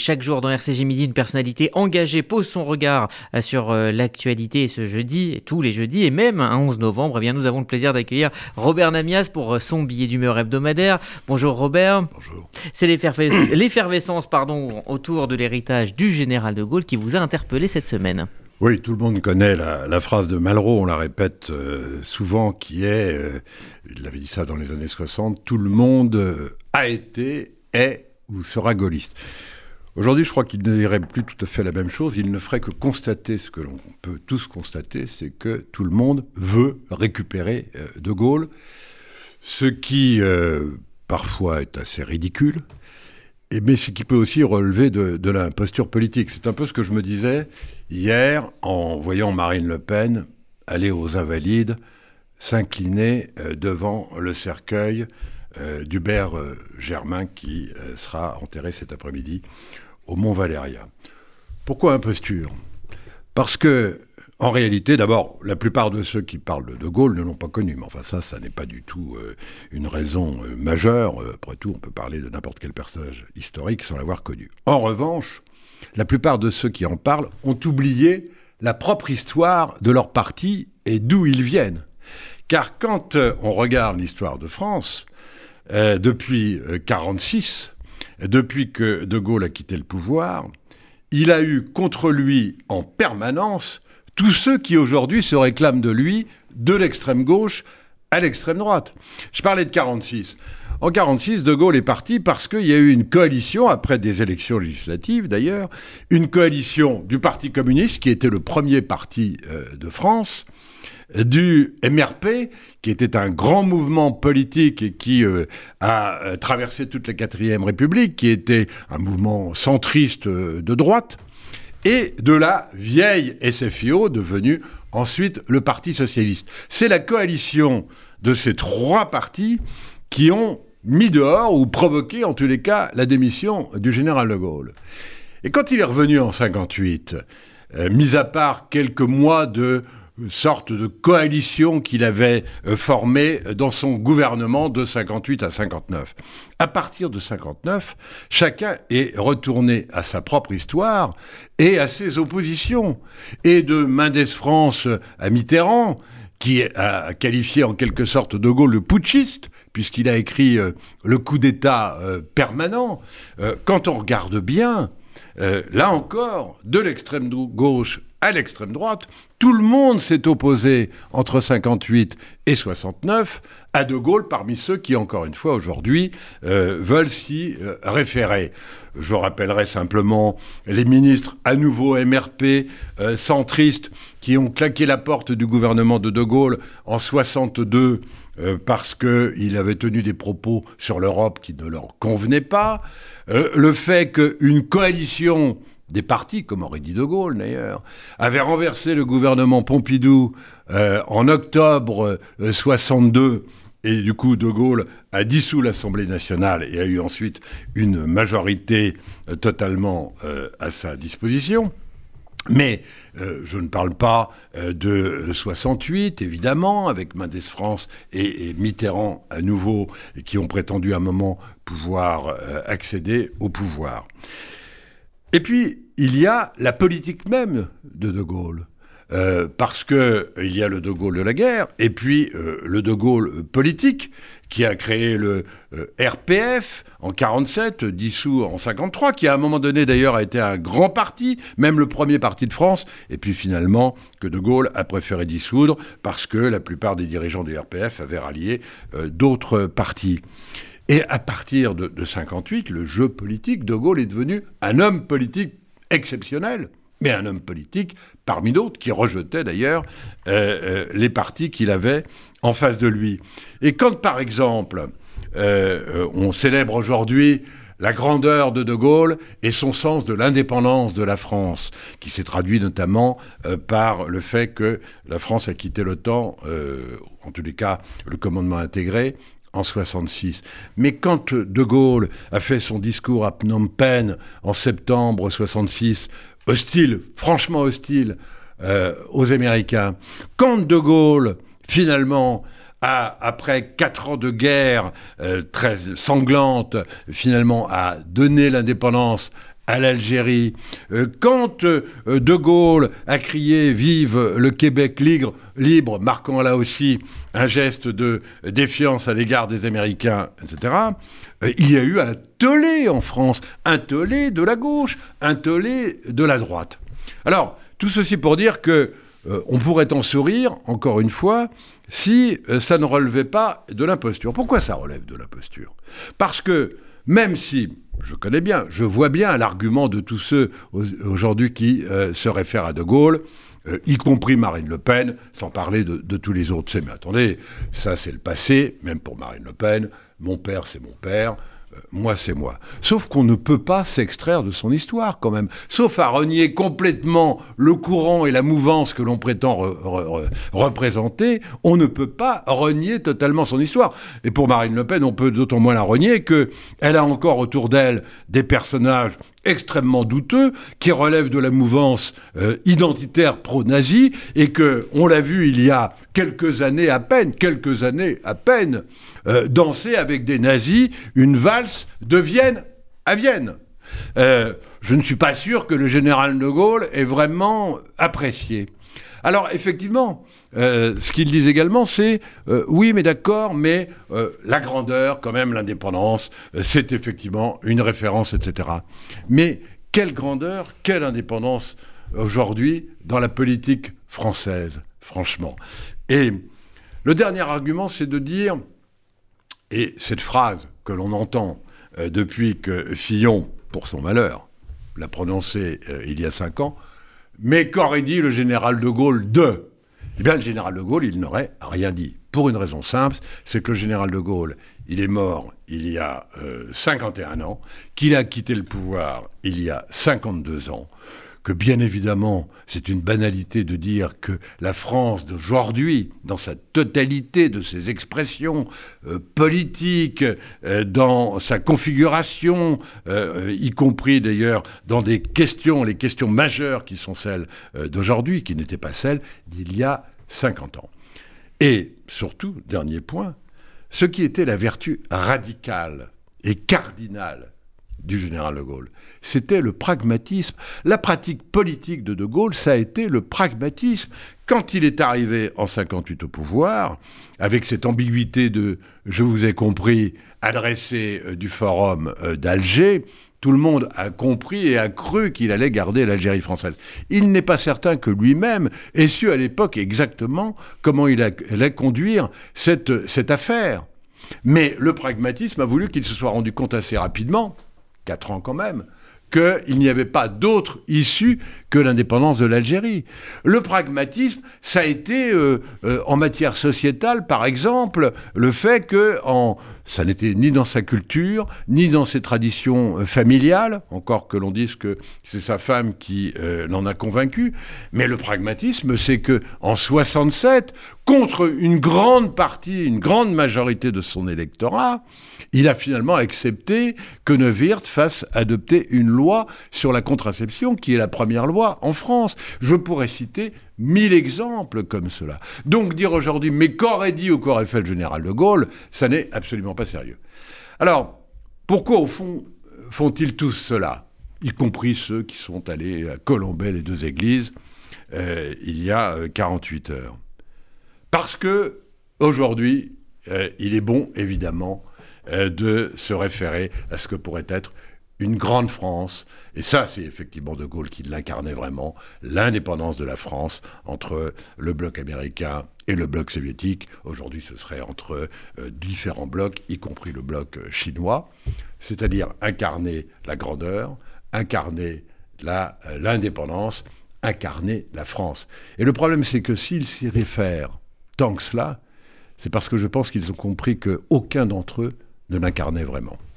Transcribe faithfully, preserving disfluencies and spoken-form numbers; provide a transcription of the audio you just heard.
chaque jour dans R C J Midi, une personnalité engagée pose son regard sur l'actualité ce jeudi, et tous les jeudis, et même un onze novembre, eh bien, nous avons le plaisir d'accueillir Robert Namias pour son billet d'humeur hebdomadaire. Bonjour Robert. Bonjour. C'est l'effervescence, l'effervescence pardon, autour de l'héritage du général de Gaulle qui vous a interpellé cette semaine. Oui, tout le monde connaît la, la phrase de Malraux, on la répète euh, souvent, qui est, euh, il avait dit ça dans les années soixante, tout le monde euh, a été, est ou sera gaulliste. Aujourd'hui, je crois qu'il ne dirait plus tout à fait la même chose, il ne ferait que constater ce que l'on peut tous constater, c'est que tout le monde veut récupérer euh, de Gaulle, ce qui euh, parfois est assez ridicule, et, mais ce qui peut aussi relever de, de l'imposture politique. C'est un peu ce que je me disais hier en voyant Marine Le Pen aller aux Invalides, s'incliner euh, devant le cercueil euh, d'Hubert euh, Germain qui euh, sera enterré cet après-midi au Mont Valérien. Pourquoi imposture ? Parce que, en réalité, d'abord, la plupart de ceux qui parlent de De Gaulle ne l'ont pas connu. Mais enfin, ça, ça n'est pas du tout euh, une raison euh, majeure. Euh, après tout, on peut parler de n'importe quel personnage historique sans l'avoir connu. En revanche, la plupart de ceux qui en parlent ont oublié la propre histoire de leur parti et d'où ils viennent. Car quand euh, on regarde l'histoire de France, euh, depuis mille neuf cent quarante-six, depuis que De Gaulle a quitté le pouvoir, il a eu contre lui en permanence tous ceux qui aujourd'hui se réclament de lui, de l'extrême gauche à l'extrême droite. Je parlais de quarante-six. En quarante-six, De Gaulle est parti parce qu'il y a eu une coalition, après des élections législatives d'ailleurs, une coalition du Parti communiste, qui était le premier parti euh, de France, du M R P, qui était un grand mouvement politique et qui euh, a euh, traversé toute la quatrième République, qui était un mouvement centriste euh, de droite, et de la vieille S F I O, devenue ensuite le Parti socialiste. C'est la coalition de ces trois partis qui ont mis dehors, ou provoqué en tous les cas, la démission du général de Gaulle. Et quand il est revenu en cinquante-huit, euh, mis à part quelques mois de sorte de coalition qu'il avait euh, formée dans son gouvernement de cinquante-huit à cinquante-neuf. À partir de cinquante-neuf, chacun est retourné à sa propre histoire et à ses oppositions. Et de Mendès France à Mitterrand, qui a qualifié en quelque sorte De Gaulle de putschiste, puisqu'il a écrit euh, le coup d'État euh, permanent. Euh, quand on regarde bien, euh, là encore, de l'extrême gauche à l'extrême droite, tout le monde s'est opposé entre cinquante-huit et soixante-neuf à De Gaulle, parmi ceux qui, encore une fois, aujourd'hui, euh, veulent s'y euh, référer. Je rappellerai simplement les ministres à nouveau M R P, euh, centristes, qui ont claqué la porte du gouvernement de De Gaulle en soixante-deux euh, parce qu'il avait tenu des propos sur l'Europe qui ne leur convenaient pas. Euh, le fait qu'une coalition des partis, comme aurait dit De Gaulle d'ailleurs, avait renversé le gouvernement Pompidou euh, en octobre euh, soixante-deux, et du coup De Gaulle a dissous l'Assemblée nationale et a eu ensuite une majorité euh, totalement euh, à sa disposition. Mais euh, je ne parle pas euh, de soixante-huit, évidemment, avec Mendès France et, et Mitterrand à nouveau, qui ont prétendu à un moment pouvoir euh, accéder au pouvoir. Et puis, il y a la politique même de De Gaulle. Euh, parce qu'il y a le De Gaulle de la guerre, et puis euh, le De Gaulle politique, qui a créé le euh, R P F en quarante-sept, dissous en cinquante-trois, qui à un moment donné d'ailleurs a été un grand parti, même le premier parti de France, et puis finalement que De Gaulle a préféré dissoudre parce que la plupart des dirigeants du R P F avaient rallié euh, d'autres partis. Et à partir de, de cinquante-huit, le jeu politique, De Gaulle est devenu un homme politique exceptionnel, mais un homme politique parmi d'autres, qui rejetait d'ailleurs euh, euh, les partis qu'il avait en face de lui. Et quand, par exemple, euh, on célèbre aujourd'hui la grandeur de De Gaulle et son sens de l'indépendance de la France, qui s'est traduit notamment euh, par le fait que la France a quitté l'OTAN, euh, en tous les cas le commandement intégré, en soixante-six. Mais quand De Gaulle a fait son discours à Phnom Penh en septembre soixante-six, hostile, franchement hostile euh, aux Américains, quand De Gaulle, finalement, a, après quatre ans de guerre euh, très sanglante, finalement a donné l'indépendance à l'Algérie. Euh, quand euh, De Gaulle a crié « Vive le Québec libre », libre, marquant là aussi un geste de défiance à l'égard des Américains, et cetera, euh, il y a eu un tollé en France, un tollé de la gauche, un tollé de la droite. Alors, tout ceci pour dire que euh, on pourrait en sourire, encore une fois, si euh, ça ne relevait pas de l'imposture. Pourquoi ça relève de l'imposture ? Parce que, même si, je connais bien, je vois bien l'argument de tous ceux aujourd'hui qui euh, se réfèrent à De Gaulle, euh, y compris Marine Le Pen, sans parler de, de tous les autres. C'est, mais attendez, ça c'est le passé, même pour Marine Le Pen, mon père c'est mon père, euh, moi c'est moi. Sauf qu'on ne peut pas s'extraire de son histoire quand même, sauf à renier complètement le courant et la mouvance que l'on prétend re, re, re, représenter, on ne peut pas renier totalement son histoire. Et pour Marine Le Pen, on peut d'autant moins la renier qu'elle a encore autour d'elle des personnages extrêmement douteux, qui relèvent de la mouvance euh, identitaire pro-nazi, et que, on l'a vu il y a quelques années à peine, quelques années à peine, euh, danser avec des nazis une valse de Vienne à Vienne. Euh, je ne suis pas sûr que le général de Gaulle ait vraiment apprécié. Alors, effectivement, euh, ce qu'ils disent également, c'est euh, oui, mais d'accord, mais euh, la grandeur, quand même, l'indépendance, euh, c'est effectivement une référence, et cetera. Mais quelle grandeur, quelle indépendance aujourd'hui dans la politique française, franchement. Et le dernier argument, c'est de dire, et cette phrase que l'on entend euh, depuis que Fillon, pour son malheur, l'a prononcée euh, il y a cinq ans, mais qu'aurait dit le général de Gaulle de ? Eh bien, le général de Gaulle, il n'aurait rien dit. Pour une raison simple, c'est que le général de Gaulle, il est mort il y a euh, cinquante et un ans, qu'il a quitté le pouvoir il y a cinquante-deux ans, que bien évidemment, c'est une banalité de dire que la France d'aujourd'hui, dans sa totalité de ses expressions euh, politiques, euh, dans sa configuration, euh, y compris d'ailleurs dans des questions, les questions majeures qui sont celles euh, d'aujourd'hui, qui n'étaient pas celles d'il y a cinquante ans. Et surtout, dernier point, ce qui était la vertu radicale et cardinale du général de Gaulle, c'était le pragmatisme. La pratique politique de De Gaulle, ça a été le pragmatisme. Quand il est arrivé en cinquante-huit au pouvoir, avec cette ambiguïté de « je vous ai compris » adressée euh, du forum euh, d'Alger, tout le monde a compris et a cru qu'il allait garder l'Algérie française. Il n'est pas certain que lui-même ait su à l'époque exactement comment il allait conduire cette, cette affaire. Mais le pragmatisme a voulu qu'il se soit rendu compte assez rapidement, quatre ans quand même, qu'il n'y avait pas d'autre issue que l'indépendance de l'Algérie. Le pragmatisme, ça a été, euh, euh, en matière sociétale, par exemple, le fait que en, ça n'était ni dans sa culture, ni dans ses traditions euh, familiales, encore que l'on dise que c'est sa femme qui euh, l'en a convaincu, mais le pragmatisme, c'est qu'en soixante-sept, contre une grande partie, une grande majorité de son électorat, il a finalement accepté que Neuwirth fasse adopter une loi sur la contraception, qui est la première loi en France. Je pourrais citer mille exemples comme cela. Donc dire aujourd'hui, mais qu'aurait dit ou qu'aurait fait le général de Gaulle, ça n'est absolument pas sérieux. Alors, pourquoi au fond font-ils tous cela, y compris ceux qui sont allés à Colombey, les deux églises, euh, il y a euh, quarante-huit heures? Parce que aujourd'hui, euh, il est bon, évidemment, euh, de se référer à ce que pourrait être une grande France, et ça c'est effectivement De Gaulle qui l'incarnait vraiment, l'indépendance de la France entre le bloc américain et le bloc soviétique. Aujourd'hui ce serait entre euh, différents blocs, y compris le bloc euh, chinois, c'est-à-dire incarner la grandeur, incarner la, euh, l'indépendance, incarner la France. Et le problème c'est que s'ils s'y réfèrent tant que cela, c'est parce que je pense qu'ils ont compris qu'aucun d'entre eux ne l'incarnait vraiment.